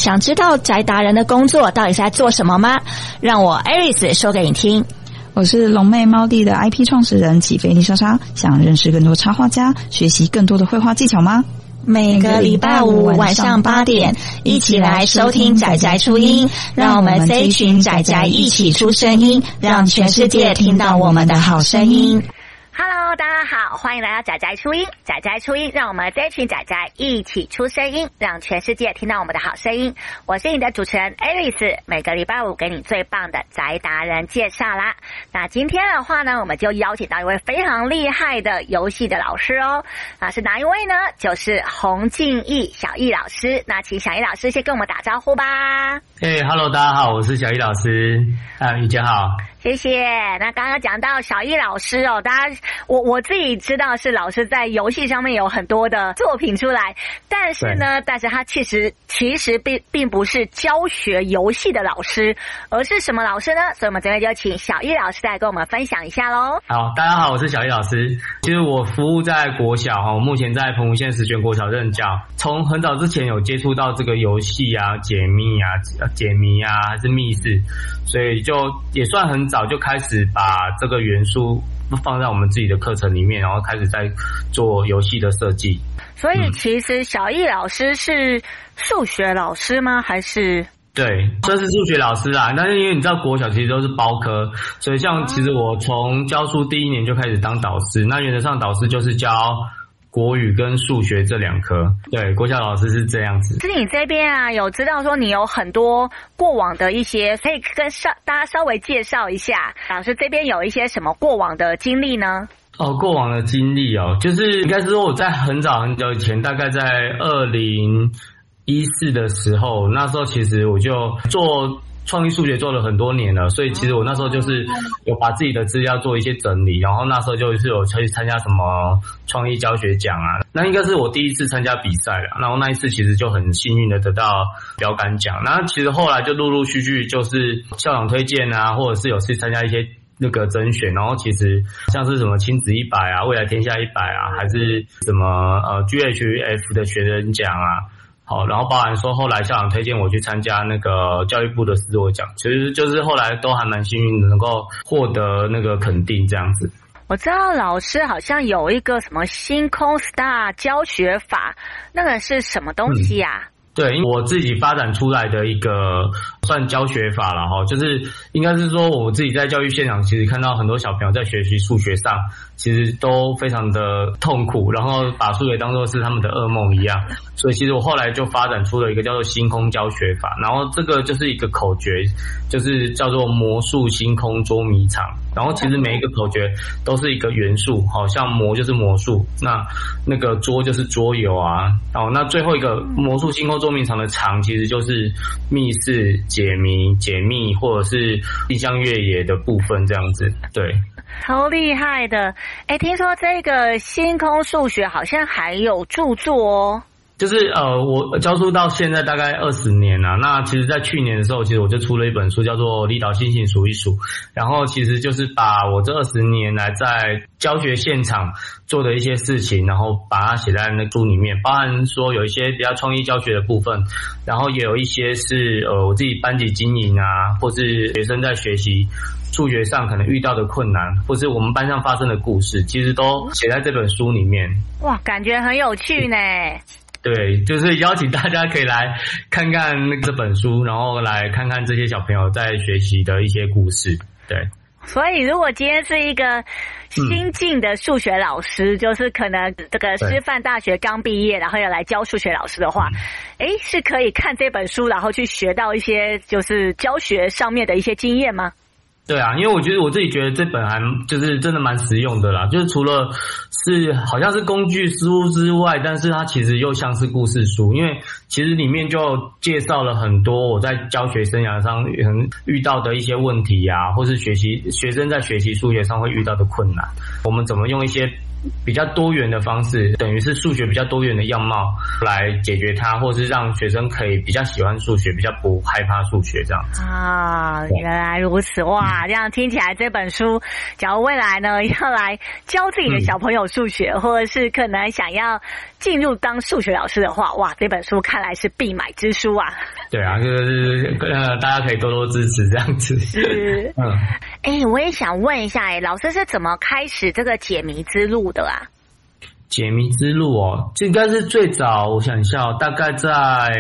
想知道宅达人的工作到底是在做什么吗？让我 Aris 说给你听。 我是龙妹猫弟的 IP 创始人起飞丽莎莎，想认识更多插画家，学习更多的绘画技巧吗？ 每个礼拜五晚上8点，一起来收听宅宅初音，让我们这一群宅宅一起出声音，让全世界听到我们的好声音。Hello， 大家好，欢迎来到宅宅初音。宅宅初音，让我们这群宅宅一起出声音，让全世界听到我们的好声音。我是你的主持人 Aris， 每个礼拜五给你最棒的宅达人介绍啦。那今天的话呢，我们就邀请到一位非常厉害的游戏的老师哦。那是哪一位呢？就是洪敬义小义老师。那请小义老师先跟我们打招呼吧。 Hello， 大家好，我是小义老师。玉姐好。 谢谢。那刚刚讲到小义老师哦，大家我自己知道是老师在游戏上面有很多的作品出来，但是呢，但是他其实并不是教学游戏的老师，而是什么老师呢？所以我们这边就请小义老师来跟我们分享一下咯。 好，大家好，我是小义老师。其实我服务在国小，我目前在澎湖县石泉国小任教。从很早之前有接触到这个游戏啊、解谜啊，还是密室，所以就也算很早就开始把这个元素放在我们自己的课程里面，然后开始在做游戏的设计。 所以其实小义老师是数学老师吗？还是？ 对，算是数学老师啦，但是因为你知道国小其实都是包科，所以像其实我从教书第1年就开始当导师，那原则上导师就是教国语跟数学这2科，对，国小老师是这样子。是你这边啊，有知道说你有很多过往的一些，可以跟大家稍微介绍一下，老师这边有一些什么过往的经历呢？ 过往的经历就是应该是说我在很早很久以前，大概在2014的时候，那时候其实我就做创意数学做了很多年了，所以其实我那时候就是有把自己的资料做一些整理，然后那时候就是有去参加什么创意教学奖啊，那应该是我第一次参加比赛了，然后那一次其实就很幸运的得到标杆奖，那其实后来就陆陆续续就是校长推荐啊，或者是有去参加一些那个甄选，然后其实像是什么亲子100啊、未来天下100啊，还是什么GHF 的学人奖啊，好，然后包含说后来校长推荐我去参加那个教育部的斯诺奖，其实就是后来都还蛮幸运的，能够获得那个肯定这样子。 我知道老师好像有一个什么星空 Star 教学法，那个是什么东西啊？ 对，因为我自己发展出来的一个算教学法啦就是应该是说我自己在教育现场其实看到很多小朋友在学习数学上其实都非常的痛苦，然后把数学当作是他们的噩梦一样，所以其实我后来就发展出了一个叫做星空教学法，然后这个就是一个口诀，就是叫做魔术星空捉迷藏，然后其实每一个口诀都是一个元素，好像魔就是魔术，那个捉就是桌游啊，那最后一个魔术星空捉迷藏的藏其实就是密室解密或者是印象越野的部分这样子。对， 超厉害的。听说这个星空数学好像还有著作哦。 就是我教书到现在大概20年了，那其实在去年的时候，其实我就出了一本书叫做离岛星星数一数，然后其实就是把我这20年来在教学现场做的一些事情，然后把它写在那书里面，包含说有一些比较创意教学的部分，然后也有一些是我自己班级经营啊，或是学生在学习数学上可能遇到的困难，或是我们班上发生的故事，其实都写在这本书里面。 哇，感觉很有趣呢。 对，就是邀请大家可以来看看这本书，然后来看看这些小朋友在学习的一些故事。对， 所以如果今天是一个新进的数学老师，就是可能这个师范大学刚毕业，然后要来教数学老师的话，是可以看这本书，然后去学到一些就是教学上面的一些经验吗？ 对啊，因为我自己觉得这本还就是真的蛮实用的啦，就是除了是好像是工具书之外，但是它其实又像是故事书，因为其实里面就介绍了很多我在教学生涯上遇到的一些问题啊，或是学生在学习数学上会遇到的困难，我们怎么用一些比较多元的方式，等于是数学比较多元的样貌来解决它，或是让学生可以比较喜欢数学，比较不害怕数学这样子啊。原来如此，哇，这样听起来这本书假如未来呢要来教自己的小朋友数学，或者是可能想要进入当数学老师的话，哇，这本书看来是必买之书啊。 对啊，就是大家可以多多支持这样子。 是，我也想问一下，老师是怎么开始这个解谜之路的啊？ 解谜之路哦，这应该是最早，我想一下，大概在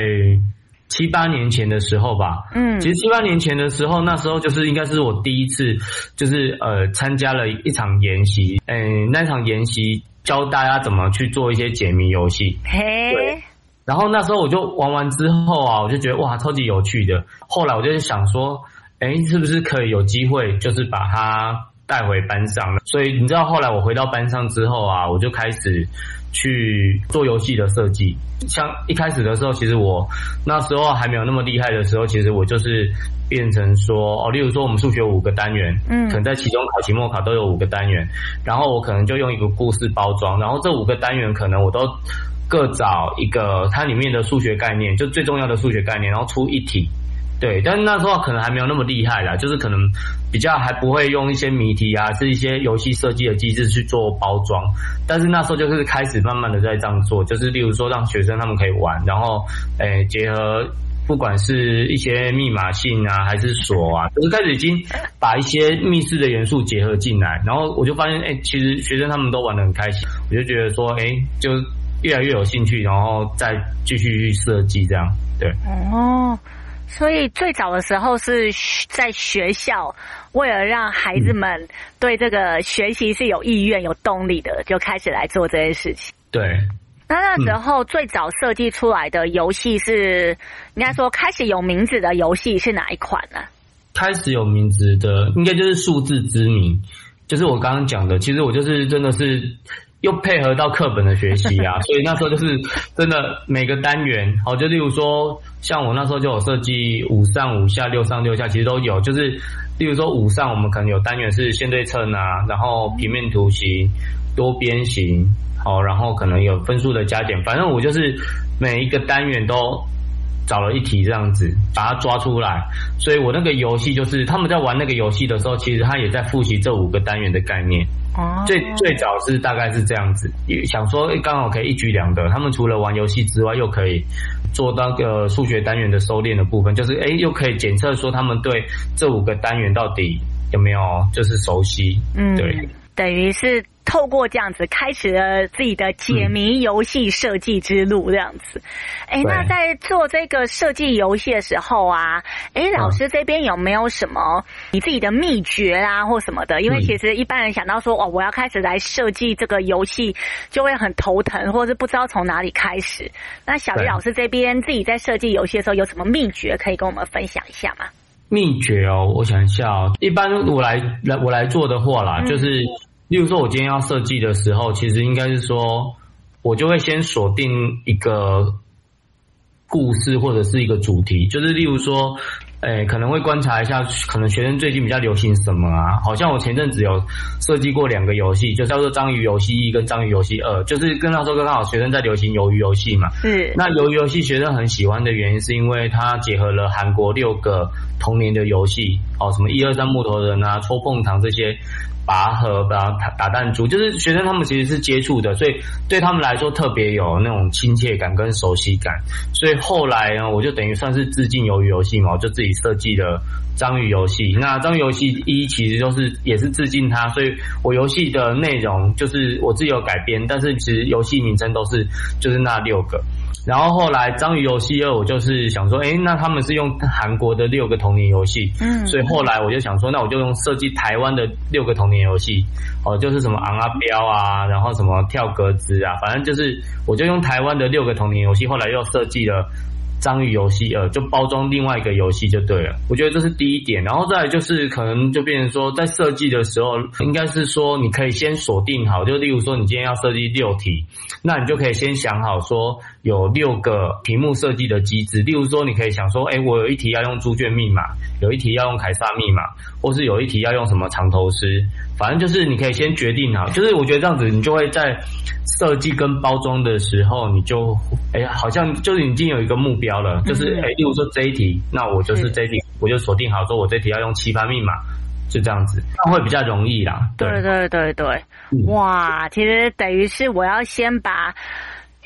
7-8年前的时候吧。其实7-8年前的时候，那时候就是应该是我第一次，就是参加了一场研习。那场研习教大家怎么去做一些解谜游戏。对。然后那时候我就玩完之后啊，我就觉得哇，超级有趣的。后来我就想说，是不是可以有机会，就是把它带回班上了。所以你知道，后来我回到班上之后啊，我就开始去做游戏的设计。像一开始的时候，其实我那时候还没有那么厉害的时候，其实我就是变成说，例如说我们数学5个单元，可能在期中考、期末考都有5个单元，然后我可能就用一个故事包装，然后这5个单元可能我都各找一个它里面的数学概念，就最重要的数学概念，然后出一题。对，但是那时候可能还没有那么厉害啦，就是可能比较还不会用一些谜题啊，是一些游戏设计的机制去做包装。但是那时候就是开始慢慢的在这样做，就是例如说让学生他们可以玩，然后结合不管是一些密码性啊还是锁啊，就是开始已经把一些密室的元素结合进来，然后我就发现其实学生他们都玩得很开心，我就觉得说就越来越有兴趣，然后再继续去设计这样。对。 所以最早的时候是在学校，为了让孩子们对这个学习是有意愿、有动力的，就开始来做这件事情。 对。 那时候最早设计出来的游戏是，应该说开始有名字的游戏是哪一款呢？ 开始有名字的，应该就是数字之谜，就是我刚刚讲的。其实我就是真的是又配合到课本的学习啊，所以那时候就是真的每个单元，就例如说，像我那时候就有设计5上5下、6上6下，其实都有。就是例如说5上我们可能有单元是线对称啊，然后平面图形、多边形，然后可能有分数的加减，反正我就是每一个单元都找了一题这样子，把它抓出来。所以我那个游戏就是他们在玩那个游戏的时候，其实他也在复习这5个单元的概念。最早是大概是这样子，想说刚好可以一举两得，他们除了玩游戏之外，又可以做到个数学单元的收敛的部分，就是又可以检测说他们对这5个单元到底有没有就是熟悉。对， 等于是透过这样子开始了自己的解谜游戏设计之路这样子。那在做这个设计游戏的时候啊，老师这边有没有什么你自己的秘诀啊或什么的？因为其实一般人想到说我要开始来设计这个游戏就会很头疼，或是不知道从哪里开始。那小黎老师这边自己在设计游戏的时候有什么秘诀可以跟我们分享一下吗？ 秘诀我想一下一般我来做的话啦，就是例如说我今天要设计的时候，其实应该是说我就会先锁定一个故事或者是一个主题，就是例如说可能会观察一下可能学生最近比较流行什么啊。好像我前阵子有设计过2个游戏，就叫做章鱼游戏1跟章鱼游戏2，就是跟那时候刚好学生在流行鱿鱼游戏嘛。那鱿鱼游戏学生很喜欢的原因是因为它结合了韩国6个童年的游戏，什么1、2、3木头人啊、戳碰糖这些，拔河、打弹珠，就是学生他们其实是接触的，所以对他们来说特别有那种亲切感跟熟悉感。所以后来呢，我就等于算是致敬鱿鱼游戏嘛，我就自己设计了章鱼游戏。那章鱼游戏1其实也是致敬它，所以我游戏的内容就是我自己有改编，但是其实游戏名称都是就是那6个。然后后来章鱼游戏2我就是想说那他们是用韩国的6个童年游戏，所以后来我就想说那我就用设计台湾的6个童年游戏，就是什么昂啊标啊，然后什么跳格子啊，反正就是我就用台湾的6个童年游戏，后来又设计了章鱼游戏就包装另外一个游戏就对了。我觉得这是第一点。然后再来就是可能就变成说在设计的时候应该是说你可以先锁定好，就例如说你今天要设计6题，那你就可以先想好说有6个题目设计的机制。例如说你可以想说我有一题要用猪圈密码，有一题要用凯撒密码，或是有一题要用什么藏头诗，反正就是你可以先决定好。就是我觉得这样子你就会在设计跟包装的时候你就好像就是已经有一个目标了，就是例如说这一题，那我就是这一题我就锁定好说我这一题要用7番密码，就这样子，那会比较容易啦。 对，哇，其实等于是我要先把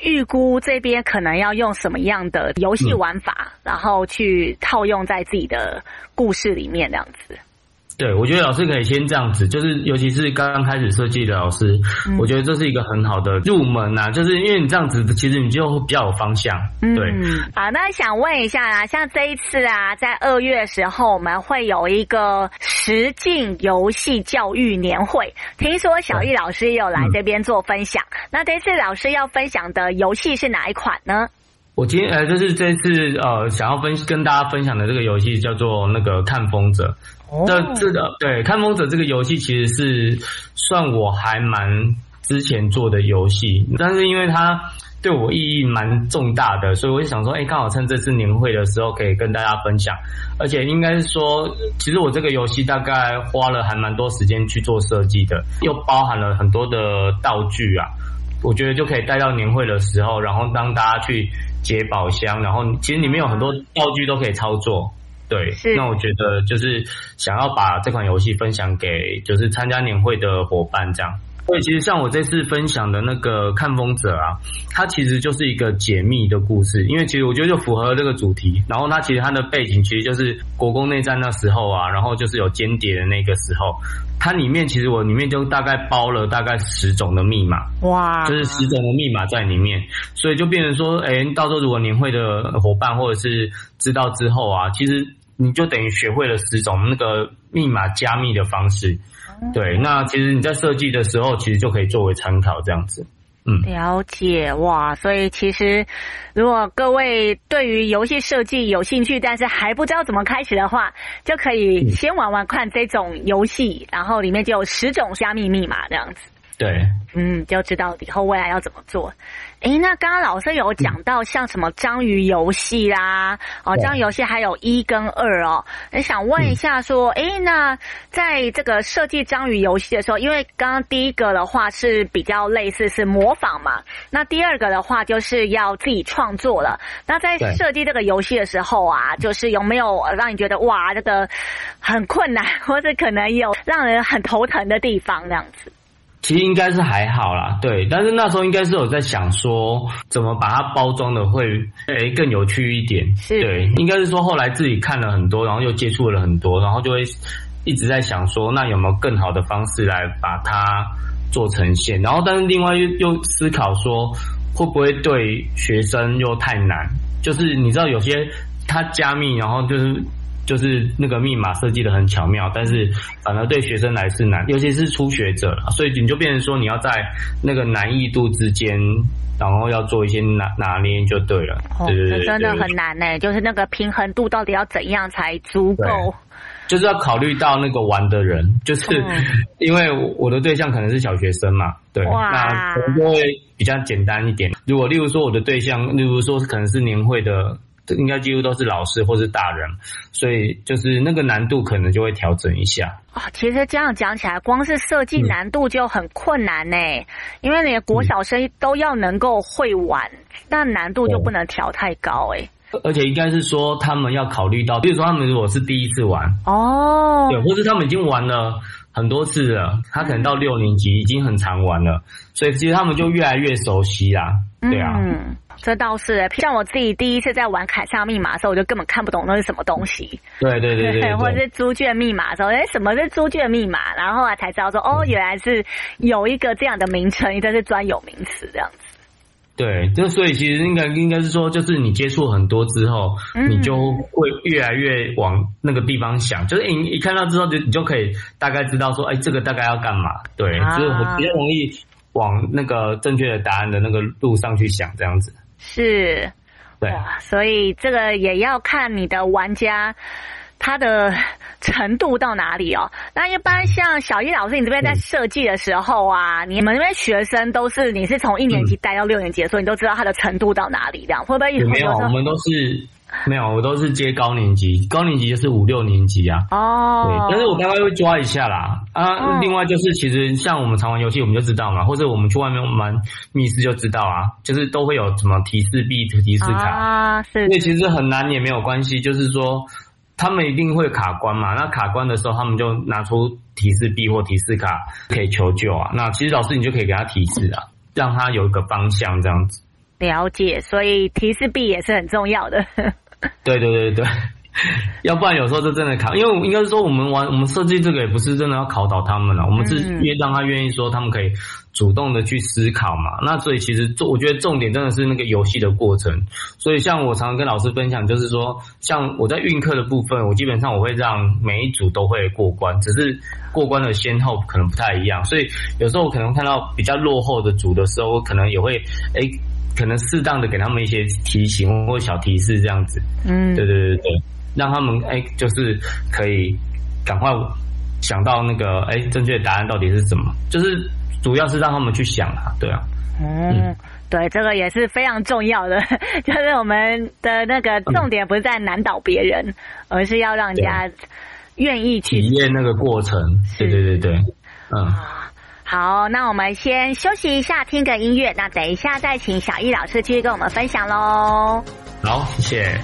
预估这边可能要用什么样的游戏玩法，然后去套用在自己的故事里面这样子。 对，我觉得老师可以先这样子，就是尤其是刚刚开始设计的老师，我觉得这是一个很好的入门啊，就是因为你这样子，其实你就比较有方向。对， 好，那想问一下啊，像这一次啊，在2月的时候，我们会有一个实境游戏教育年会，听说小易老师也有来这边做分享。那这次老师要分享的游戏是哪一款呢？ 我今天就是这次想要跟大家分享的这个游戏叫做那个看风者。对，看风者这个游戏其实是算我还蛮之前做的游戏，但是因为它对我意义蛮重大的，所以我就想说，刚好趁这次年会的时候可以跟大家分享。而且应该是说，其实我这个游戏大概花了还蛮多时间去做设计的，又包含了很多的道具啊，我觉得就可以带到年会的时候，然后让大家去解宝箱，然后其实里面有很多道具都可以操作。对，那我觉得就是想要把这款游戏分享给就是参加年会的伙伴这样。所以其实像我这次分享的那个看风者啊，它其实就是一个解密的故事，因为其实我觉得就符合这个主题。然后它其实它的背景其实就是国共内战那时候啊，然后就是有间谍的那个时候，它里面其实我里面就大概包了大概10种的密码，哇，就是10种的密码在里面，所以就变成说，到时候如果年会的伙伴或者是知道之后啊，其实你就等于学会了10种那个密码加密的方式。对，那其实你在设计的时候，其实就可以作为参考这样子。 了解，哇，所以其实如果各位对于游戏设计有兴趣，但是还不知道怎么开始的话，就可以先玩玩看这种游戏，然后里面就有10种加密密码这样子。 对， 就知道以后未来要怎么做。那刚刚老师有讲到像什么章鱼游戏啦，章鱼游戏还有1跟2哦。想问一下说，那在这个设计章鱼游戏的时候，因为刚刚第一个的话是比较类似是模仿嘛，那第二个的话就是要自己创作了。那在设计这个游戏的时候啊，就是有没有让你觉得哇这个很困难，或者可能有让人很头疼的地方这样子？ 其实应该是还好啦，对，但是那时候应该是有在想说怎么把它包装的会更有趣一点。对，应该是说后来自己看了很多，然后又接触了很多，然后就会一直在想说那有没有更好的方式来把它做呈现，然后但是另外又思考说会不会对学生又太难，就是你知道有些它加密然后就是那个密码设计的很巧妙，但是反而对学生来是难，尤其是初学者，所以你就变成说你要在那个难易度之间，然后要做一些拿捏就对了。 对，真的很难就是那个平衡度到底要怎样才足够？ 就是要考虑到那个玩的人，就是因为我的对象可能是小学生嘛，对，那可能就会比较简单一点。如果例如说我的对象，例如说可能是年会的。应该几乎都是老师或是大人，所以就是那个难度可能就会调整一下。 其实这样讲起来，光是设计难度就很困难因为你的国小生都要能够会玩，那难度就不能调太高而且应该是说他们要考虑到，比如说他们如果是第一次玩对，或是他们已经玩了很多次了，他可能到6年级已经很常玩了，所以其实他们就越来越熟悉啦。对啊， 这倒是像我自己第一次在玩凯撒密码的时候，我就根本看不懂那是什么东西。 对， 或者是猪圈密码的时候，什么是猪圈密码？然后后来才知道说，原来是有一个这样的名称，这是专有名词这样子。 对，就所以其实应该是说，就是你接触很多之后，你就会越来越往那个地方想，就是你一看到之后，你就可以大概知道说，这个大概要干嘛？对，就是比较容易往那个正确的答案的那个路上去想，这样子。 是， 对， 所以这个也要看你的玩家他的程度到哪里那一般像小易老师，你这边在设计的时候啊，你们那边学生你是从1年级带到6年级的时候，你都知道他的程度到哪里，这样会不会？ 没有，我们都是没有，我都是接高年级就是5、6年级啊。对，但是我大概会抓一下啦。另外就是其实像我们常玩游戏，我们就知道嘛，或者我们去外面玩密室就知道就是都会有什么提示币、提示卡所以其实很难也没有关系，就是说他们一定会卡关嘛，那卡关的时候他们就拿出提示币或提示卡可以求救那其实老师你就可以给他提示让他有一个方向这样子。 了解，所以提示币也是很重要的。 对，要不然有时候就真的考，因为应该是说我们设计这个也不是真的要考倒他们了，我们是让他愿意说他们可以主动的去思考嘛。那所以其实我觉得重点真的是那个游戏的过程。所以像我常常跟老师分享，就是说像我在运课的部分，我基本上我会让每一组都会过关，只是过关的先后可能不太一样。所以有时候我可能看到比较落后的组的时候，我可能也会可能适当的给他们一些提醒或小提示这样子。对，让他们就是可以赶快想到那个正确的答案到底是什么，就是主要是让他们去想啊，对啊。 对，这个也是非常重要的，就是我们的那个重点不是在难倒别人，而是要让人家愿意去体验那个过程。对， 好，那我们先休息一下，听个音乐，那等一下再请小易老师继续跟我们分享咯。 好，谢谢。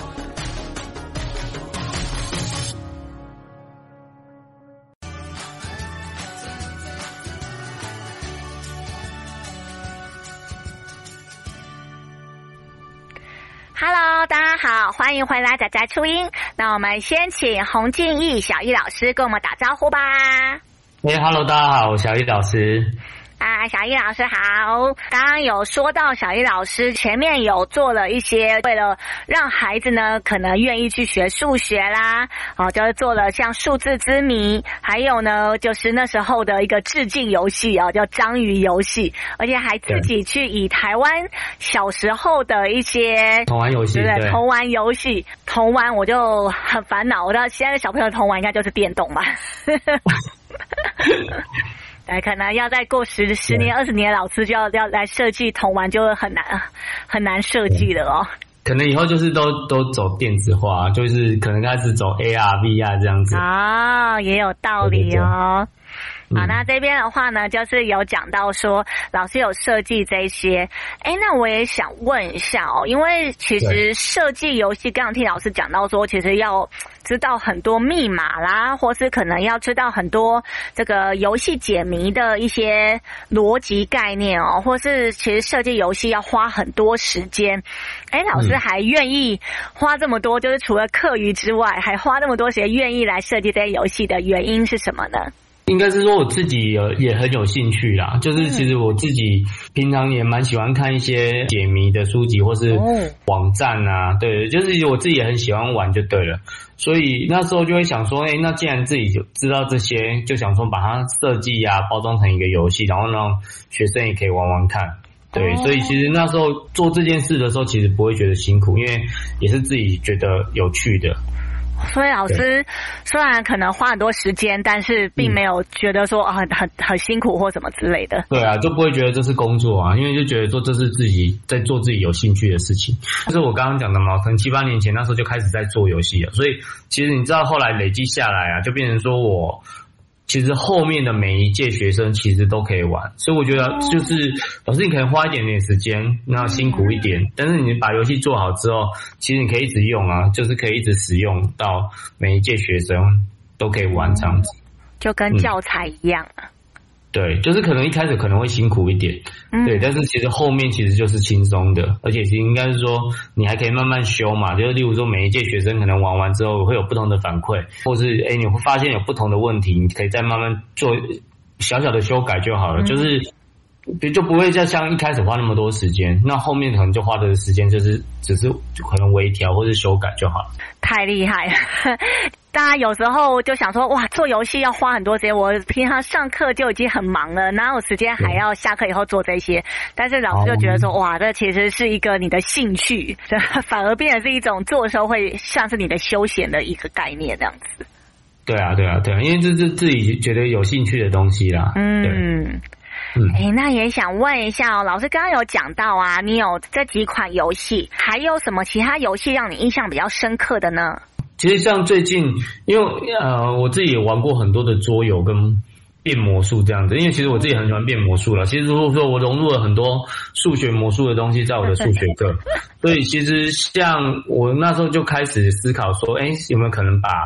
Hello， 大家好，欢迎回来仔仔初音。那我们先请洪敬义小易老师跟我们打招呼吧。 Hello， 大家好，我小易老师。 小易老师好。刚刚有说到小易老师前面有做了一些为了让孩子呢可能愿意去学数学啦，就是做了像数字之谜，还有呢就是那时候的一个致敬游戏叫章鱼游戏，而且还自己去以台湾小时候的一些童玩游戏， 对，童玩游戏，童玩我就很烦恼，我知道现在的小朋友童玩应该就是电动吧。可能要再过10年20年，老师就要来设计童玩，就很难设计了哦。 可能以后就是都走电子化，就是可能开始走 AR、VR 这样子。 也有道理哦。好，那这边的话呢，就是有讲到说老师有设计这些，那我也想问一下哦，因为其实设计游戏，刚刚听老师讲到说，其实要知道很多密码啦，或是可能要知道很多这个游戏解谜的一些逻辑概念哦，或是其实设计游戏要花很多时间。老师还愿意花这么多，就是除了课余之外，还花那么多时间愿意来设计这些游戏的原因是什么呢？ 应该是说我自己也很有兴趣啦，就是其实我自己平常也蛮喜欢看一些解谜的书籍或是网站啊，对，就是我自己也很喜欢玩就对了，所以那时候就会想说，那既然自己就知道这些，就想说把它设计啊，包装成一个游戏，然后让学生也可以玩玩看。对，所以其实那时候做这件事的时候，其实不会觉得辛苦，因为也是自己觉得有趣的。 所以老师虽然可能花很多时间，但是并没有觉得说很辛苦或什么之类的。 对啊，就不会觉得这是工作啊，因为就觉得说这是自己在做自己有兴趣的事情。就是我刚刚讲的嘛，可能7、8年前那时候就开始在做游戏了，所以其实你知道后来累积下来啊，就变成说我其实后面的每一届学生其实都可以玩，所以我觉得就是老师你可能花一点点时间，那辛苦一点，但是你把游戏做好之后，其实你可以一直用啊，就是可以一直使用到每一届学生都可以玩这样子， 就跟教材一样啊。 对，就是可能一开始可能会辛苦一点，对，但是其实后面其实就是轻松的，而且其实应该是说你还可以慢慢修嘛，就是例如说每一届学生可能玩完之后会有不同的反馈，或是你会发现有不同的问题，你可以再慢慢做小小的修改就好了，就是就不会再像一开始花那么多时间，那后面可能就花的时间就是只是可能微调或是修改就好了。 太厉害了。大家有时候就想说，哇，做游戏要花很多时间，我平常上课就已经很忙了，哪有时间还要下课以后做这些？但是老师就觉得说，哇，这其实是一个你的兴趣，反而变成是一种做的时候会像是你的休闲的一个概念这样子。 对啊，因为这是自己觉得有兴趣的东西啦。 那也想问一下老师刚刚有讲到啊，你有这几款游戏，还有什么其他游戏让你印象比较深刻的呢？ 其实像最近，因为我自己也玩过很多的桌游跟变魔术这样子，因为其实我自己很喜欢变魔术了。其实如果说我融入了很多数学魔术的东西在我的数学课，所以其实像我那时候就开始思考说，有没有可能把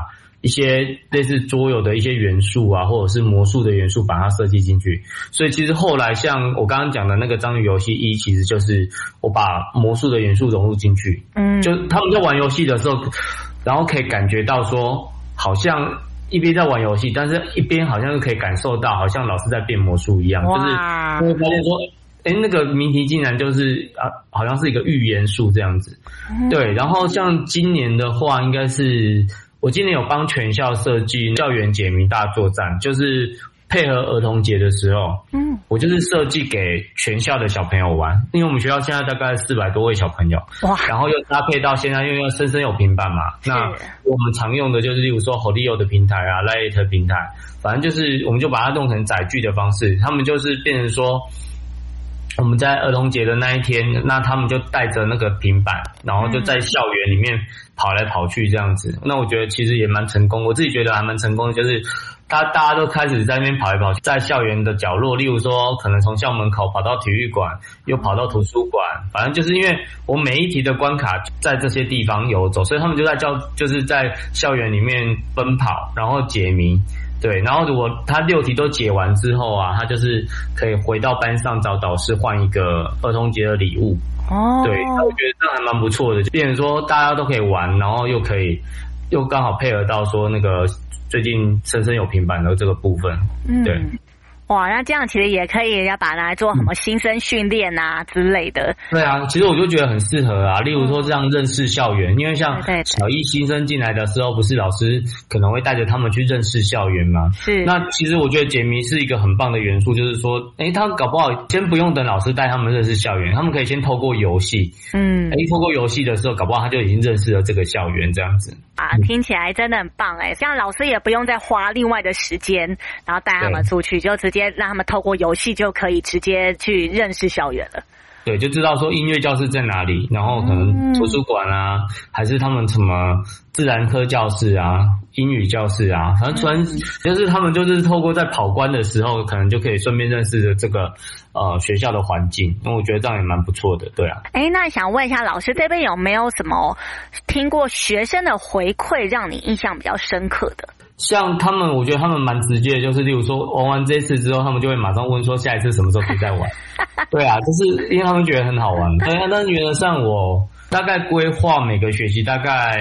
一些类似桌游的一些元素啊，或者是魔术的元素把它设计进去。所以其实后来像我刚刚讲的那个章鱼游戏1，其实就是我把魔术的元素融入进去。就他们在玩游戏的时候，然后可以感觉到说好像一边在玩游戏，但是一边好像可以感受到好像老师在变魔术一样，就是会发现说那个谜题竟然就是好像是一个预言术这样子。对，然后像今年的话，应该是我今年有帮全校设计校园解谜大作战，就是配合儿童节的时候，我就是设计给全校的小朋友玩，因为我们学校现在大概400多位小朋友，然后又搭配到现在因为生生有平板嘛，那我们常用的就是例如说 Holio 的平台啊 Lite 平台，反正就是我们就把它弄成载具的方式，他们就是变成说我们在儿童节的那一天，那他们就带着那个平板，然后就在校园里面跑来跑去这样子。那我觉得其实也蛮成功，我自己觉得还蛮成功的，就是大家都开始在那边跑来跑去，在校园的角落，例如说可能从校门口跑到体育馆，又跑到图书馆，反正就是因为我每一题的关卡在这些地方游走，所以他们就就是在校园里面奔跑，然后解谜。对，然后如果他6题都解完之后啊，他就是可以回到班上找导师换一个儿童节的礼物。对，那我觉得这样还蛮不错的，就变成说大家都可以玩，然后又刚好配合到说那个最近生生有平板的这个部分。对。 哇，那这样其实也可以要把它来做什么新生训练啊之类的。对啊，其实我就觉得很适合啊。例如说这样认识校园，因为像小一新生进来的时候，不是老师可能会带着他们去认识校园吗？是。那其实我觉得解谜是一个很棒的元素，就是说，他们搞不好先不用等老师带他们认识校园，他们可以先透过游戏，透过游戏的时候，搞不好他就已经认识了这个校园这样子。 听起来真的很棒这样老师也不用再花另外的时间，然后带他们出去，就直接让他们透过游戏就可以直接去认识校园了。 对，就知道说音乐教室在哪里，然后可能图书馆啊，还是他们什么自然科教室啊、英语教室啊，反正突然就是他们就是透过在跑关的时候，可能就可以顺便认识的这个学校的环境，那我觉得这样也蛮不错的，对啊。 那想问一下老师这边有没有什么听过学生的回馈让你印象比较深刻的？ 像他们，我觉得他们蛮直接的，就是例如说玩完这一次之后，他们就会马上问说下一次什么时候可以再玩。对啊，就是因为他们觉得很好玩。对啊，但原则上我大概规划每个学期大概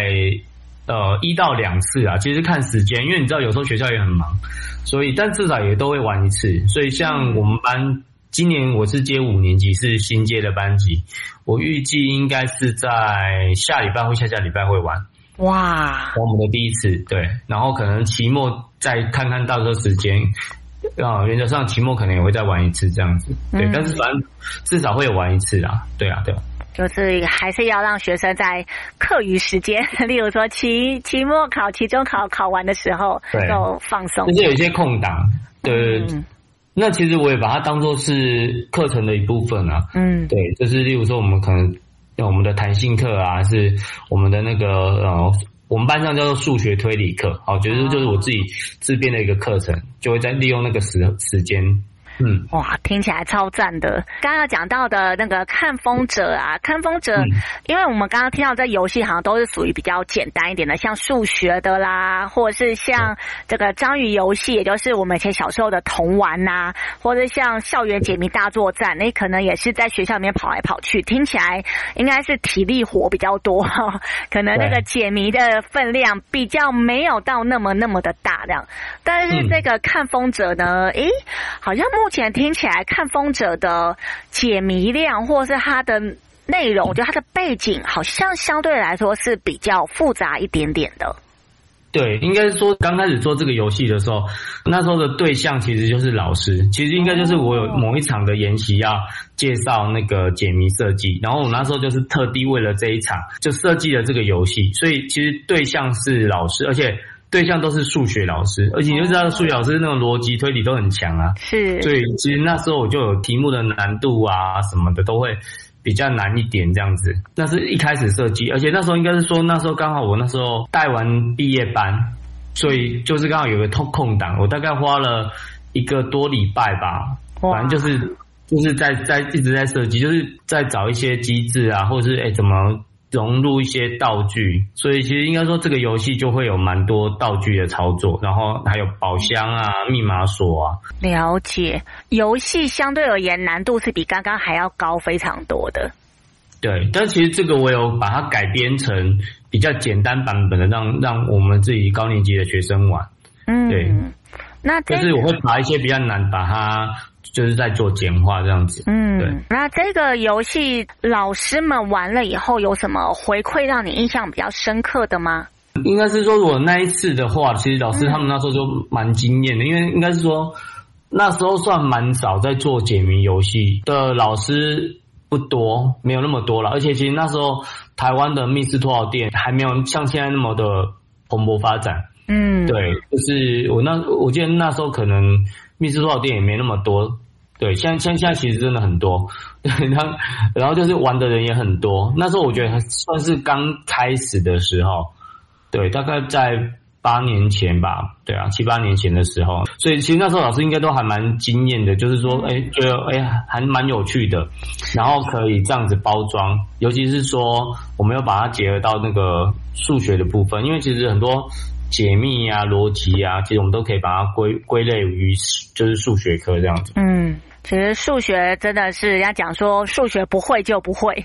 1到2次啊，其实看时间，因为你知道有时候学校也很忙，所以但至少也都会玩一次。所以像我们班今年我是接5年级，是新接的班级，我预计应该是在下礼拜或下下礼拜会玩。哇！我们的第一次，对，然后可能期末再看看到时候时间，原则上期末可能也会再玩一次这样子，对，但是反正至少会有玩一次啦，对啊，对啊。 就是还是要让学生在课余时间，例如说期末考、期中考完的时候，就放松， 就是有一些空档，对。那其实我也把它当作是课程的一部分啊，对，就是例如说我们可能。我们的弹性课啊，是我们的那个我们班上叫做数学推理课，就是我自己自编的一个课程，就会在利用那个时间。 哇，听起来超赞的。刚刚讲到的那个看风者啊，看风者，因为我们刚刚听到这游戏好像都是属于比较简单一点的，像数学的啦，或者是像这个章鱼游戏，也就是我们以前小时候的童玩呐，或者像校园解谜大作战，那可能也是在学校里面跑来跑去，听起来应该是体力活比较多，可能那个解谜的分量比较没有到那么的大量。但是这个看风者呢，好像目前听起来看风者的解谜量或是它的内容，我觉得它的背景好像相对来说是比较复杂一点点的。 对，应该是说刚开始做这个游戏的时候，那时候的对象其实就是老师，其实应该就是我有某一场的研习要介绍那个解谜设计，然后我那时候就是特地为了这一场就设计了这个游戏，所以其实对象是老师，而且对象都是数学老师，而且你就知道数学老师那种逻辑推理都很强啊，是，所以其实那时候我就有题目的难度啊什么的都会比较难一点这样子，那是一开始设计，而且那时候应该是说那时候刚好我那时候带完毕业班，所以就是刚好有个空档，我大概花了1个多礼拜吧，反正就是在一直在设计，就是在找一些机制啊，或者是怎么融入一些道具，所以其实应该说这个游戏就会有蛮多道具的操作，然后还有宝箱啊、密码锁啊。 了解，游戏相对而言难度是比刚刚还要高非常多的。 对，但其实这个我有把它改编成比较简单版本的，让我们自己高年级的学生玩。对， 那就是我会把一些比较难，把它就是在做简化这样子。对。 那这个游戏老师们玩了以后有什么回馈让你印象比较深刻的吗？ 应该是说，如果那一次的话，其实老师他们那时候就蛮惊艳的，因为应该是说那时候算蛮少在做解谜游戏的老师。不多，没有那么多了，而且其实那时候台湾的密室脱逃店还没有像现在那么的蓬勃发展。对，就是我记得那时候可能密室脱逃店也没那么多。对，现在其实真的很多。然后就是玩的人也很多。那时候我觉得算是刚开始的时候，对，大概在8年前吧，对啊，7、8年前的时候，所以其实那时候老师应该都还蛮惊艳的，就是说，觉得还蛮有趣的，然后可以这样子包装，尤其是说我们要把它结合到那个数学的部分，因为其实很多解密啊、逻辑啊，其实我们都可以把它归类于就是数学科这样子。 其实数学真的是人家讲说数学不会就不会，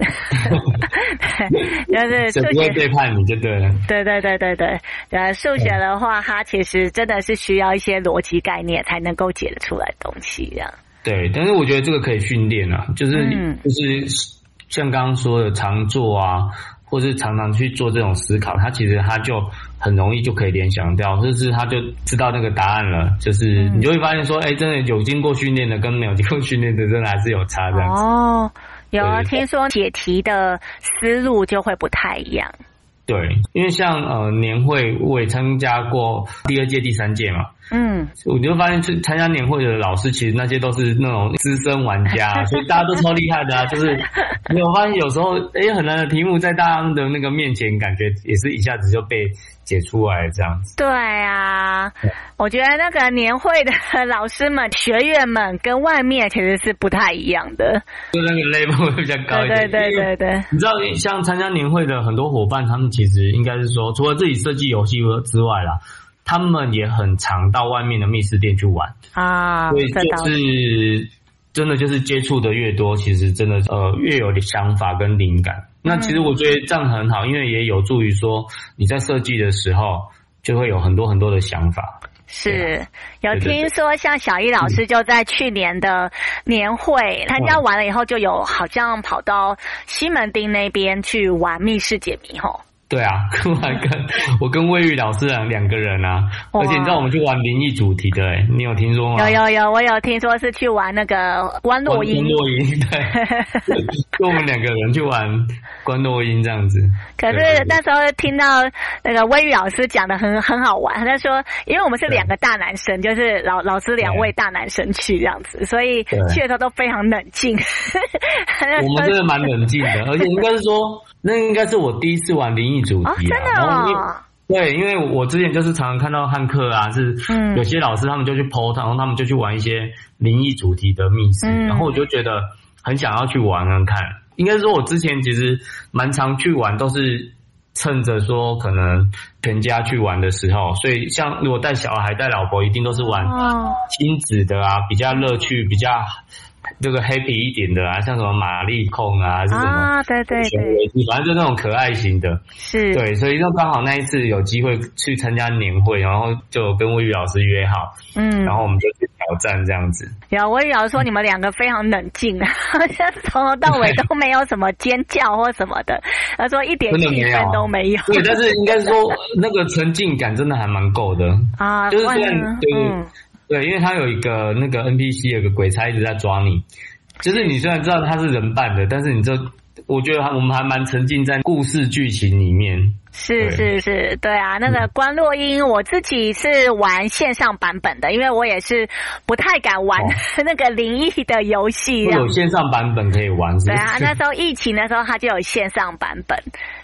就是数学不会背叛你就对了。 对，数学的话，它其实真的是需要一些逻辑概念才能够解得出来的东西，这样。 对，但是我觉得这个可以训练啊，就是像刚刚说的常做啊。或是常常去做这种思考，他其实他就很容易就可以联想掉，或者是他就知道那个答案了，就是你就会发现说，真的有经过训练的跟没有经过训练的真的还是有差这样子。 有啊，听说解题的思路就会不太一样。 对，因为像年会我也参加过第2届、第3届嘛。我就发现参加年会的老师，其实那些都是那种资深玩家，所以大家都超厉害的啊。就是你有发现有时候很难的题目在大家的那个面前，感觉也是一下子就被解出来这样子。 对啊，我觉得那个年会的老师们、学员们跟外面其实是不太一样的， 就那个 level 会比较高一点。 对。 你知道，像参加年会的很多伙伴，他们其实应该是说，除了自己设计游戏之外啦。他们也很常到外面的密室店去玩啊，所以就是真的就是接触的越多，其实真的越有想法跟灵感。那其实我觉得这样很好，因为也有助于说你在设计的时候就会有很多很多的想法。 是，有听说像小一老师就在去年的年会参加完了以后，就有好像跑到西门町那边去玩密室解谜吼。 对啊，我跟魏玉老师两个人啊，而且你知道我们去玩灵异主题的你有听说吗？ 有，我有听说是去玩那个观落阴。 对，跟我们2个人去玩观落阴这样子。 可是那时候听到那个魏玉老师讲的很好玩，他说因为我们是2个大男生，就是老师2位大男生去这样子，所以去的时候都非常冷静。 我们真的蛮冷静的，而且应该是说那应该是我第一次玩灵异主题啊。 真的对，因为我之前就是常常看到汉克啊，是有些老师他们就去 PO， 然后他们就去玩一些灵异主题的密室，然后我就觉得很想要去玩看。应该说我之前其实蛮常去玩，都是趁着说可能全家去玩的时候，所以像如果带小孩带老婆，一定都是玩亲子的啊，比较乐趣比较这个 happy 一点的啊，像什么玛丽控啊，还是什么对，反正就那种可爱型的， 是对，所以就刚好那一次有机会去参加年会，然后就跟魏玉老师约好，然后我们就去挑战这样子。 有魏玉老师说你们2个非常冷静，好像从头到尾都没有什么尖叫或什么的，他说一点气氛都没有。 对，但是应该说那个沉浸感真的还蛮够的啊，就是虽然对，因为他有一个那个 NPC 有个鬼差一直在抓你，就是你虽然知道他是人扮的，但是我觉得我们还蛮沉浸在故事剧情里面。 是，对啊，那个观落阴我自己是玩线上版本的，因为我也是不太敢玩那个灵异的游戏。 有线上版本可以玩是不是？ 对啊，那时候疫情的时候它就有线上版本。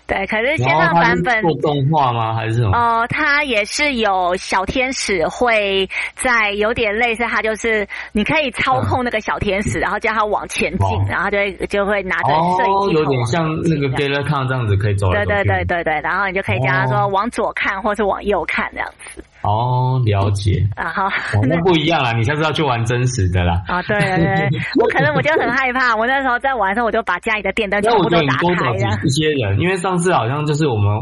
对，可是线上版本做动画吗？还是什么？ 它也是有小天使会在有点类似，它就是你可以操控那个小天使，然后叫它往前进，然后就会拿着摄影机， 有点像那个 GallerCon 这样子可以走来走去。 对，然后你就可以叫它说往左看或是往右看这样子。 了解。 然后那不一样啦，你下次要去玩真实的啦。 对，我就很害怕，我那时候在玩的时候，我就把家里的电灯全部都打开了。 一些人，因为上次好像就是我们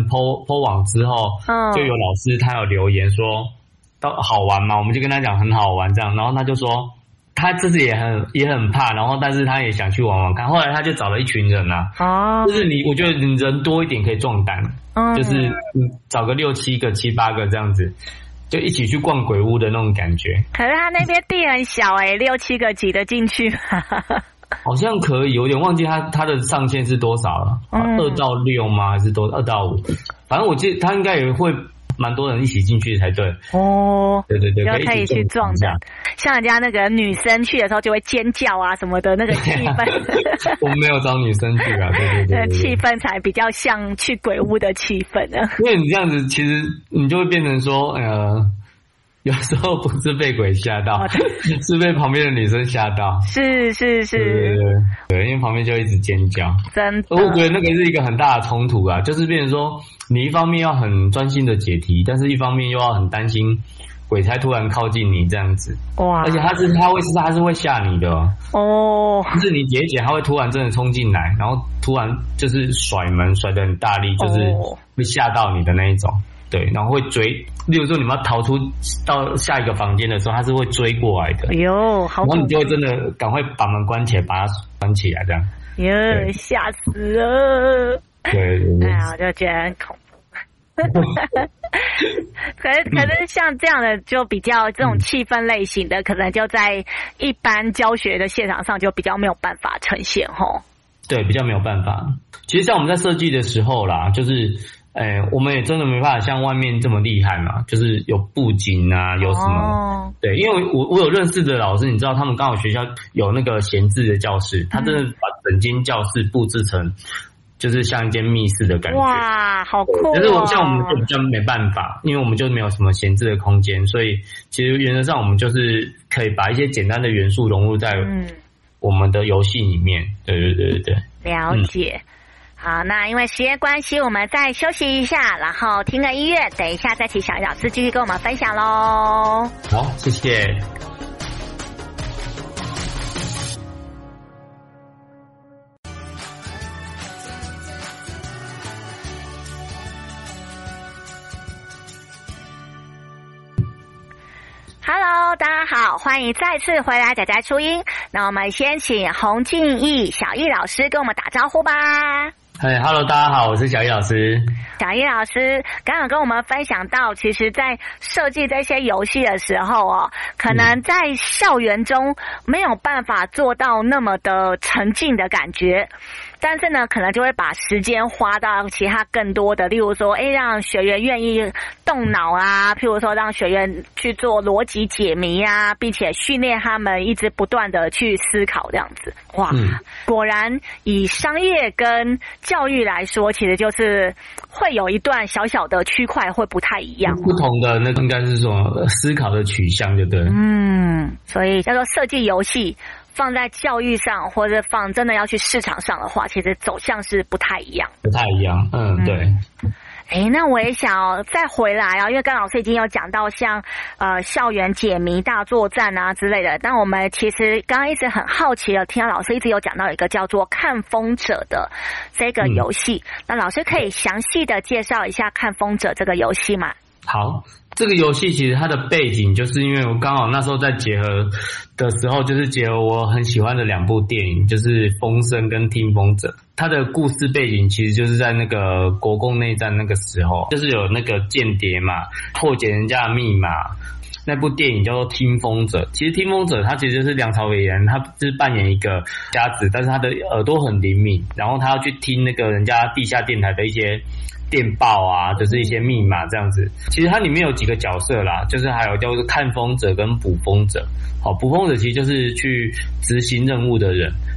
po网之后，就有老师他有留言说，好玩嘛，我们就跟他讲很好玩这样，然后他就说他这次也很怕，然后但是他也想去玩玩看，后来他就找了一群人啊，就是我觉得你人多一点可以壮胆，就是找个6、7个、7、8个这样子。就一起去逛鬼屋的那种感觉。 可是他那边地很小6、7个挤得进去吗？ 好像可以，有点忘记他的上限是多少了，2到6吗？还是多2到5？反正我记得他应该也会蛮多人一起进去才对。对， 可以去撞的。像人家那个女生去的时候就会尖叫啊什么的，那个气氛。 我们没有找女生去啊，对， 气氛才比较像去鬼屋的气氛呢。 因为你这样子，其实你就会变成说，有时候不是被鬼吓到，是被旁边的女生吓到。 是。 对，因为旁边就一直尖叫。 真的。 我觉得那个是一个很大的冲突啊，就是变成说，你一方面要很专心的解题，但是一方面又要很担心鬼才突然靠近你这样子。哇！而且他是会吓你的就是你解一解，他会突然真的冲进来，然后突然就是甩门甩得很大力，就是会吓到你的那一种。对，然后会追，例如说你们要逃出到下一个房间的时候，他是会追过来的。 好恐怖！ 然后你就会真的赶快把门关起来，把它关起来，这样。 吓死了！ 对， 我就觉得很恐怖。可是像这样的就比较这种气氛类型的，可能就在一般教学的现场上就比较没有办法呈现齁。 对，比较没有办法。其实像我们在设计的时候啦，就是我们也真的没办法像外面这么厉害嘛，就是有布景啊，有什么对，因为我有认识的老师，你知道他们刚好学校有那个闲置的教室，他真的把整间教室布置成就是像一间密室的感觉。 哇，好酷可是像我们就比较没办法，因为我们就没有什么闲置的空间，所以其实原则上我们就是可以把一些简单的元素融入在我们的游戏里面。对， 了解。好，那因为时间关系，我们再休息一下，然后听个音乐，等一下再请小鱼老师继续跟我们分享咯。 好，谢谢。 Hello， 大家好，欢迎再次回来仔仔初音。那我们先请洪敬义小易老师跟我们打招呼吧。 Hello， 大家好，我是小易老师。 小易老师刚刚跟我们分享到，其实在设计这些游戏的时候可能在校园中没有办法做到那么的沉浸的感觉，但是呢可能就会把时间花到其他更多的，例如说让学员愿意动脑啊，譬如说让学员去做逻辑解谜啊，并且训练他们一直不断的去思考这样子。哇，果然以商业跟教育来说，其实就是会有一段小小的区块会不太一样， 不同的那应该是说思考的取向，对不对？ 所以叫做设计游戏放在教育上，或者真的要去市场上的话，其实走向是不太一样。 对。 那我也想再回来因为刚老师已经有讲到像校园解谜大作战啊之类的，但我们其实刚刚一直很好奇的听到老师一直有讲到一个叫做看风者的这个游戏，那老师可以详细的介绍一下看风者这个游戏吗？ 好，这个游戏其实它的背景就是因为我刚好那时候在结合的时候，就是结合我很喜欢的2部电影，就是《风声》跟《听风者》。它的故事背景其实就是在那个国共内战那个时候，就是有那个间谍嘛，破解人家的密码。那部电影叫做《听风者》，其实《听风者》他其实就是梁朝伟演，他就是扮演一个瞎子，但是他的耳朵很灵敏，然后他要去听那个人家地下电台的一些电报啊，就是一些密码这样子。其实它里面有几个角色啦，就是还有叫做看风者跟捕风者。好，捕风者其实就是去执行任务的人，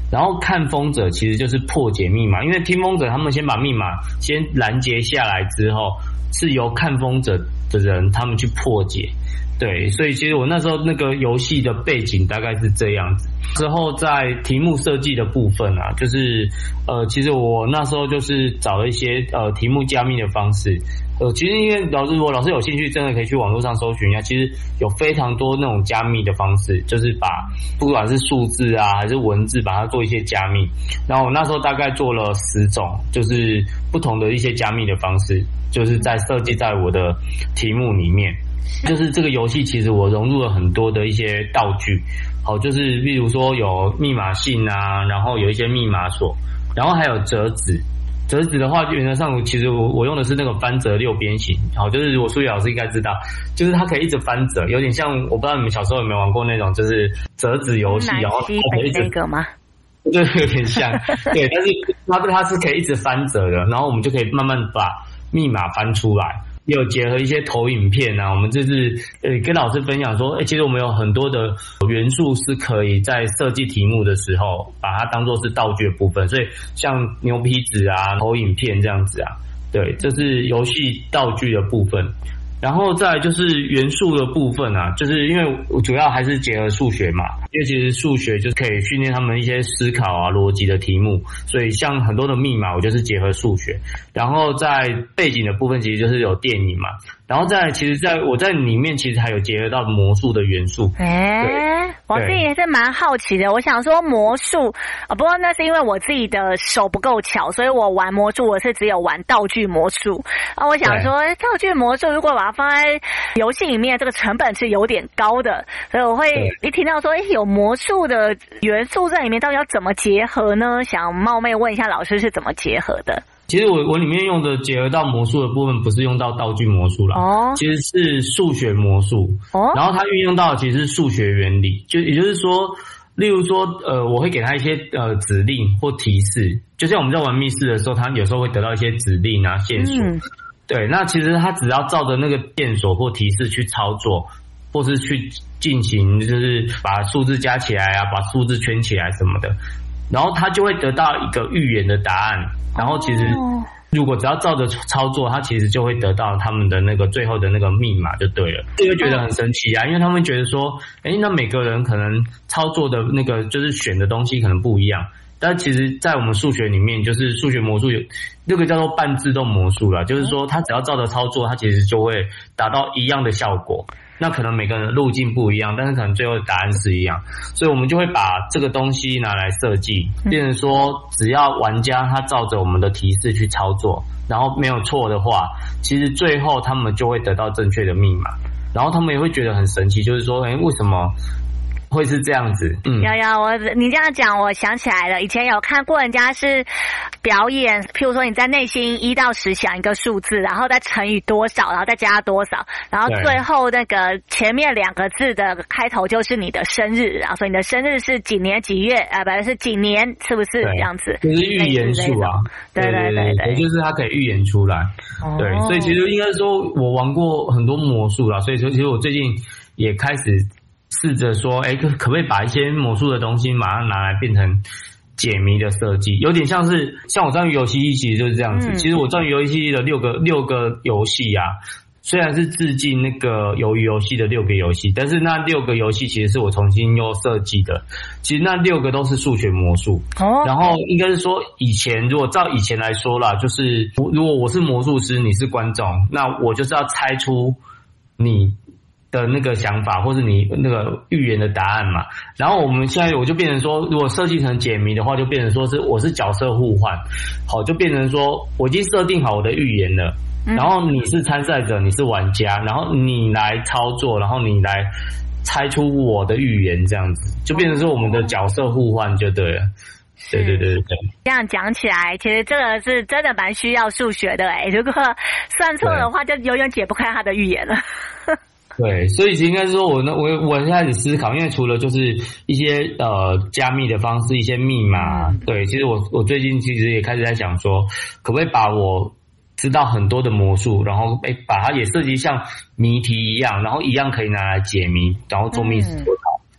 然后看风者其实就是破解密码，因为听风者他们先把密码先拦截下来之后，是由看风者的人他们去破解。对，所以其实我那时候那个游戏的背景大概是这样子。之后在题目设计的部分啊，就是其实我那时候就是找了一些题目加密的方式。其实因为如果老师有兴趣，真的可以去网络上搜寻一下，其实有非常多那种加密的方式，就是把不管是数字啊还是文字，把它做一些加密。然后我那时候大概做了10种，就是不同的一些加密的方式，就是在设计在我的题目里面。就是这个游戏其实我融入了很多的一些道具，好，就是例如说有密码信啊，然后有一些密码锁，然后还有折纸。折纸的话，原则上其实我用的是那个翻折6边形，好，就是我数学老师应该知道，就是它可以一直翻折，有点像我不知道你们小时候有没有玩过那种就是折纸游戏，然后它可以一直那个吗？ 对，有点像，对，但是它是可以一直翻折的，然后我们就可以慢慢把密码翻出来。也有结合一些投影片啊，我们就是跟老师分享说，其实我们有很多的元素是可以在设计题目的时候把它当作是道具的部分，所以像牛皮纸啊、投影片这样子啊，对，这是游戏道具的部分。然后再来就是元素的部分啊，就是因为我主要还是结合数学嘛，因为其实数学就是可以训练他们一些思考啊、逻辑的题目，所以像很多的密码我就是结合数学。然后在背景的部分其实就是有电影嘛，然后再来其实我在里面其实还有结合到魔术的元素。 我自己也是蛮好奇的，我想说魔术不过那是因为我自己的手不够巧，所以我玩魔术我是只有玩道具魔术啊。我想说道具魔术如果把它放在游戏里面，这个成本是有点高的，所以我会一听到说有魔术的元素在里面，到底要怎么结合呢？想冒昧问一下老师是怎么结合的？ 其实我里面用的结合到魔术的部分不是用到道具魔术啦，其实是数学魔术，然后它运用到的其实是数学原理，也就是说，例如说我会给他一些指令或提示，就像我们在玩密室的时候，他有时候会得到一些指令啊线索，对，那其实他只要照着那个线索或提示去操作，或是去进行就是把数字加起来啊，把数字圈起来什么的，然后他就会得到一个预言的答案。然后其实如果只要照着操作，他其实就会得到他们的那个最后的那个密码就对了。这个觉得很神奇啊，因为他们觉得说那每个人可能操作的那个就是选的东西可能不一样，但其实在我们数学里面，就是数学魔术有那个叫做半自动魔术啦，就是说他只要照着操作，他其实就会达到一样的效果。那可能每个人的路径不一样，但是可能最后的答案是一样，所以我们就会把这个东西拿来设计，变成说只要玩家他照着我们的提示去操作，然后没有错的话，其实最后他们就会得到正确的密码，然后他们也会觉得很神奇，就是说为什么会是这样子？ 你这样讲，我想起来了，以前有看过人家是表演，譬如说你在内心1到10想一个数字，然后再乘以多少，然后再加多少，然后最后那个前面2个字的开头就是你的生日，然后说你的生日是几年几月，是几年，是不是这样子？ 就是预言术啊，对，就是它可以预言出来。对，所以其实应该说我玩过很多魔术啦，所以说其实我最近也开始试着说，可不可以把一些魔术的东西马上拿来变成解谜的设计，有点像我章鱼游戏其实就是这样子。其实我章鱼游戏的六个游戏啊，虽然是致敬那个鱿鱼游戏的6个游戏，但是那6个游戏其实是我重新又设计的。其实那6个都是数学魔术。然后应该是说如果照以前来说啦，就是如果我是魔术师，你是观众，那我就是要猜出你的那个想法，或是你那个预言的答案嘛。然后我就变成说，如果设计成解谜的话，就变成说我是角色互换，好，就变成说我已经设定好我的预言了，然后你是参赛者，你是玩家，然后你来操作，然后你来猜出我的预言，这样子就变成说我们的角色互换就对了。对。 这样讲起来，其实这个是真的蛮需要数学的如果算错的话，就永远解不开他的预言了。 对，所以应该是说我开始思考，因为除了就是一些加密的方式，一些密码，对，其实我最近其实也开始在想说，可不可以把我知道很多的魔术，然后把它也设计像谜题一样，然后一样可以拿来解谜，然后做密室脱逃。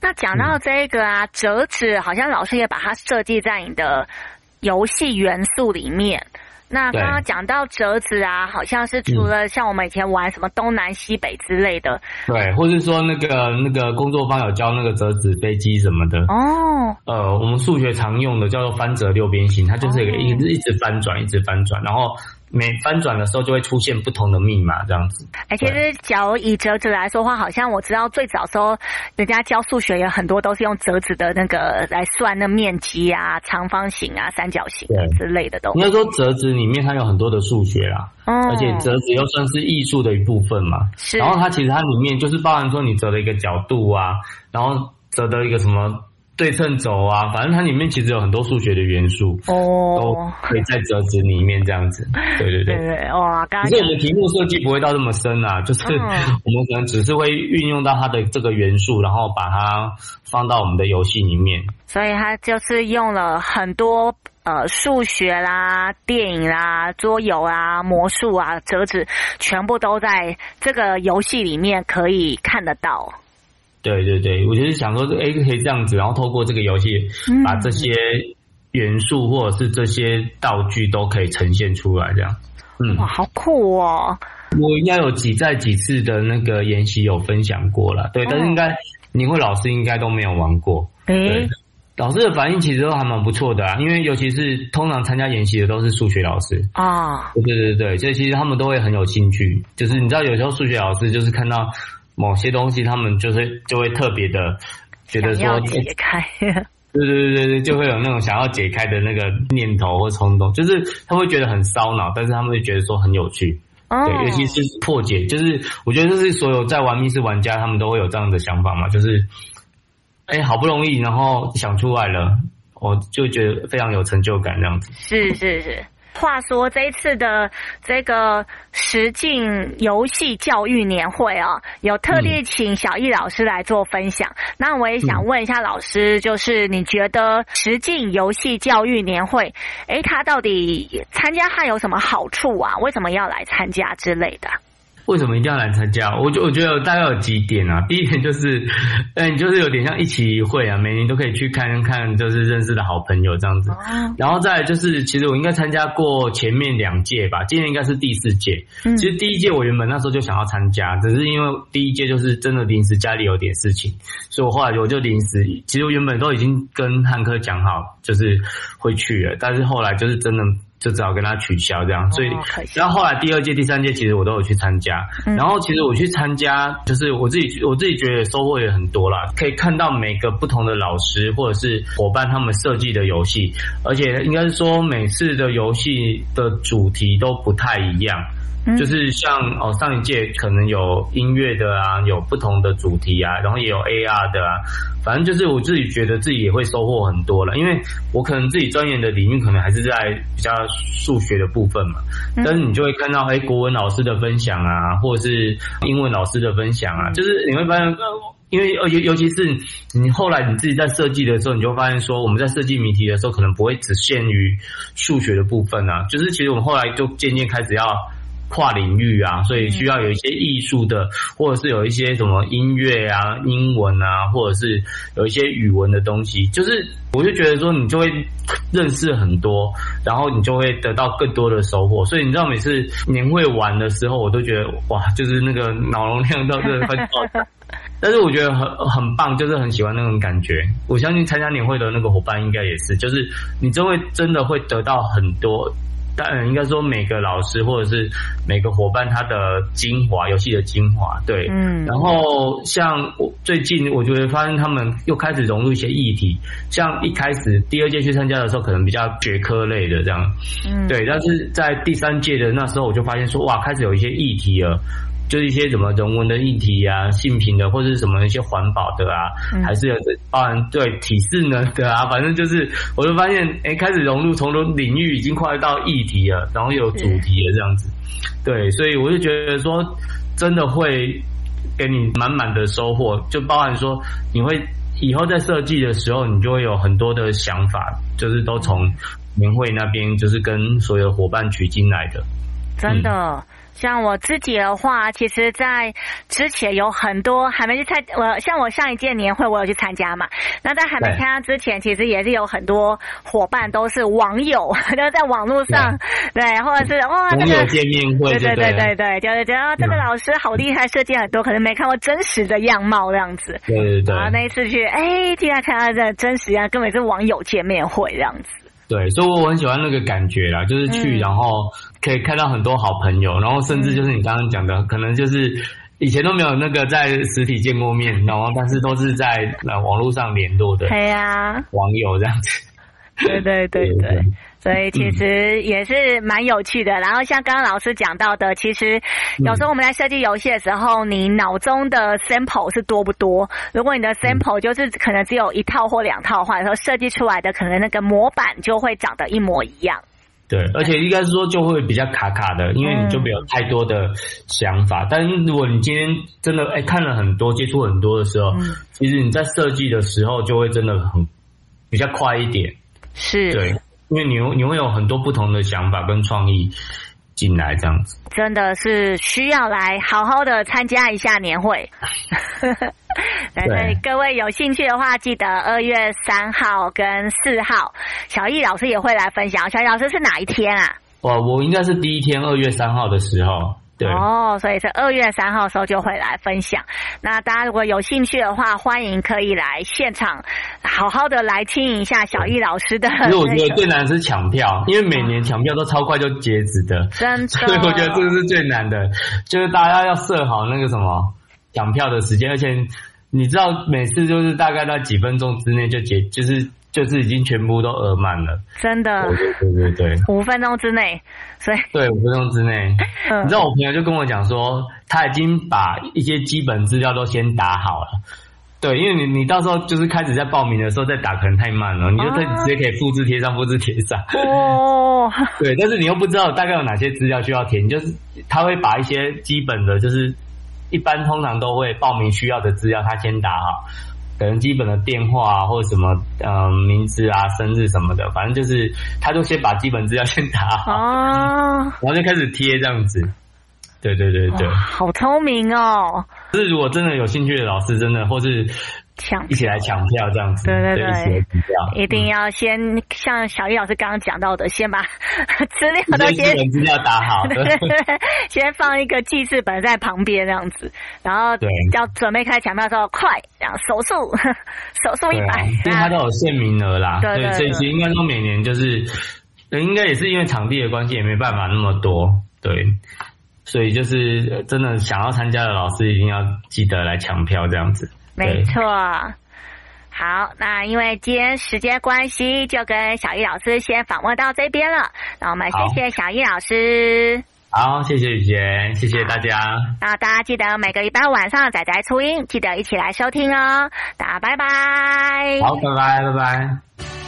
那讲到这个啊，折纸好像老师也把它设计在你的游戏元素里面。那刚刚讲到折纸啊，好像是除了像我们以前玩什么东南西北之类的， 对，或是说那个工作坊有教那个折纸飞机什么的哦。我们数学常用的叫做翻折六边形，它就是一直翻转，一直翻转，然后每翻转的时候就会出现不同的密码这样子。 其实假如以折纸来说的话，好像我知道最早时候人家教数学也很多都是用折纸的那个来算那面积啊、长方形啊、三角形啊之类的东西。 应该说折纸里面它有很多的数学啦，而且折纸又算是艺术的一部分嘛。是。然后它其实它里面就是包含说你折的一个角度啊，然后折的一个什么对称轴啊，反正它里面其实有很多数学的元素都可以在折纸里面这样子。对， 哇！ 可是我们题目设计不会到这么深啊，就是我们可能只是会运用到它的这个元素，然后把它放到我们的游戏里面。 所以它就是用了很多数学啦、电影啦、桌游啊、魔术啊、折纸，全部都在这个游戏里面可以看得到。 对，我就是想说，可以这样子，然后透过这个游戏，把这些元素或者是这些道具都可以呈现出来，这样。 哇，好酷哦！ 我应该有在几次的那个研习有分享过了，对，但是应该年会老师应该都没有玩过。对，老师的反应其实都还蛮不错的啊，因为尤其是通常参加研习的都是数学老师啊。对，所以其实他们都会很有兴趣，就是你知道有时候数学老师就是看到某些东西，他们就会特别的觉得说想要解开， 对，就会有那种想要解开的那个念头或冲动，就是他会觉得很烧脑，但是他们会觉得说很有趣。对，尤其是破解，就是我觉得这是所有在玩密室玩家他们都会有这样的想法嘛，就是好不容易然后想出来了，我就觉得非常有成就感这样子。 是。话说这一次的这个实境游戏教育年会啊，有特地请小易老师来做分享。那我也想问一下老师，就是你觉得实境游戏教育年会，他到底参加它有什么好处啊？为什么要来参加之类的？ 为什么一定要来参加？我觉得大概有几点啊。第一点就是，你就是有点像一期一会啊，每年都可以去看看，就是认识的好朋友这样子。然后再来就是，其实我应该参加过前面2届吧，今年应该是第4届。其实第1届我原本那时候就想要参加，只是因为第1届就是真的临时家里有点事情，所以我后来我就临时，其实我原本都已经跟汉克讲好，就是会去了，但是后来就是真的就只好跟他取消这样，所以然后后来第2届、第3届其实我都有去参加，然后其实我去参加，就是我自己觉得收获也很多啦，可以看到每个不同的老师或者是伙伴他们设计的游戏，而且应该是说每次的游戏的主题都不太一样。就是像上一届可能有音乐的啊，有不同的主题啊，然后也有 AR 的啊，反正就是我自己觉得自己也会收获很多了，因为我可能自己钻研的领域可能还是在比较数学的部分嘛，但是你就会看到国文老师的分享啊，或者是英文老师的分享啊，就是你会发现因为尤其是你后来你自己在设计的时候，你就发现说我们在设计谜题的时候可能不会只限于数学的部分啊，就是其实我们后来就渐渐开始要跨领域啊，所以需要有一些艺术的，或者是有一些什么音乐啊、英文啊，或者是有一些语文的东西，就是我就觉得说你就会认识很多，然后你就会得到更多的收获。所以你知道每次年会玩的时候，我都觉得哇，就是那个脑容量到这个快爆炸。但是我觉得很棒，就是很喜欢那种感觉。我相信参加年会的那个伙伴应该也是，就是你真的会得到很多。当然应该说每个老师或者是每个伙伴他的精华，游戏的精华，对，然后像我最近我就会发现他们又开始融入一些议题，像一开始第2届去参加的时候可能比较学科类的这样，对，但是在第3届的那时候我就发现说哇，开始有一些议题了。就是一些什么人文的议题啊、性平的，或者是什么一些环保的啊，还是有包含对体适能的啊，反正就是我就发现，开始融入从领域已经快到议题了，然后有主题了这样子，对，所以我就觉得说，真的会给你满满的收获，就包含说你会以后在设计的时候，你就会有很多的想法，就是都从年会那边就是跟所有伙伴取经来的。 真的。像我自己的话，其实在之前有很多还没去像我上一届年会我有去参加嘛，那在还没参加之前，其实也是有很多伙伴都是网友，都在网络上，对，或者是网友见面会， 对，就是觉得这个老师好厉害，设计很多，可能没看过真实的样貌这样子。对。然后那一次去，竟然看到这真实样，根本是网友见面会这样子。 对，所以我很喜欢那个感觉啦，就是去然后可以看到很多好朋友，然后甚至就是你刚刚讲的，可能就是以前都没有那个在实体见过面，然后但是都是在网络上联络的， 对啊， 网友这样子。 对，所以其实也是蛮有趣的。然后像刚刚老师讲到的，其实有时候我们在设计游戏的时候，你脑中的 sample 是多不多？如果你的 sample 就是可能只有1套或2套的话，有时候设计出来的可能那个模板就会长得一模一样。 对，而且应该是说就会比较卡卡的，因为你就没有太多的想法。但是如果你今天真的看了很多、接触很多的时候，其实你在设计的时候就会真的比较快一点。 是， 对，因为你会有很多不同的想法跟创意进来，这样子真的是需要来好好的参加一下年会。对，各位有兴趣的话，记得2月3号跟4号，小易老师也会来分享。小易老师是哪一天啊？ 我应该是第一天2月3号的时候。对所以是2月3号的时候就会来分享。那大家如果有兴趣的话，欢迎可以来现场好好的来听一下小易老师的。 因为我觉得最难是抢票，因为每年抢票都超快就截止的， 真的。 所以我觉得这个是最难的，就是大家要设好那个什么抢票的时间，而且你知道每次就是大概在几分钟之内就就是已经全部都额满了， 真的。 对 ，5分钟之内，所以对5分钟之内。你知道我朋友就跟我讲说，他已经把一些基本资料都先打好了。对，因为你到时候就是开始在报名的时候再打可能太慢了，你就直接可以复制贴上。对，但是你又不知道大概有哪些资料需要填，就是他会把一些基本的，就是一般通常都会报名需要的资料他先打好。可能基本的电话啊，或者什么名字啊、生日什么的，反正就是他就先把基本资料先打好，然后就开始贴这样子。对， 好聪明哦！ 就是如果真的有兴趣的老师，真的或是一起来抢票这样子，对，一起来抢票， 一定要先像小易老师刚刚讲到的，先把资料都先资料打好，对， 先放一个记事本在旁边这样子，然后要准备开抢票的时候，快，这样手速100， 因为它都有限名额啦，对，所以其实应该说每年就是应该也是因为场地的关系，也没办法那么多，对。所以就是真的想要参加的老师一定要记得来抢票这样子。 没错。好，那因为今天时间关系，就跟小易老师先访问到这边了。那我们谢谢小易老师。 好，谢谢雨杰，谢谢大家。 那大家记得每个礼拜晚上仔仔初音，记得一起来收听哦。大家拜拜。 好，拜拜。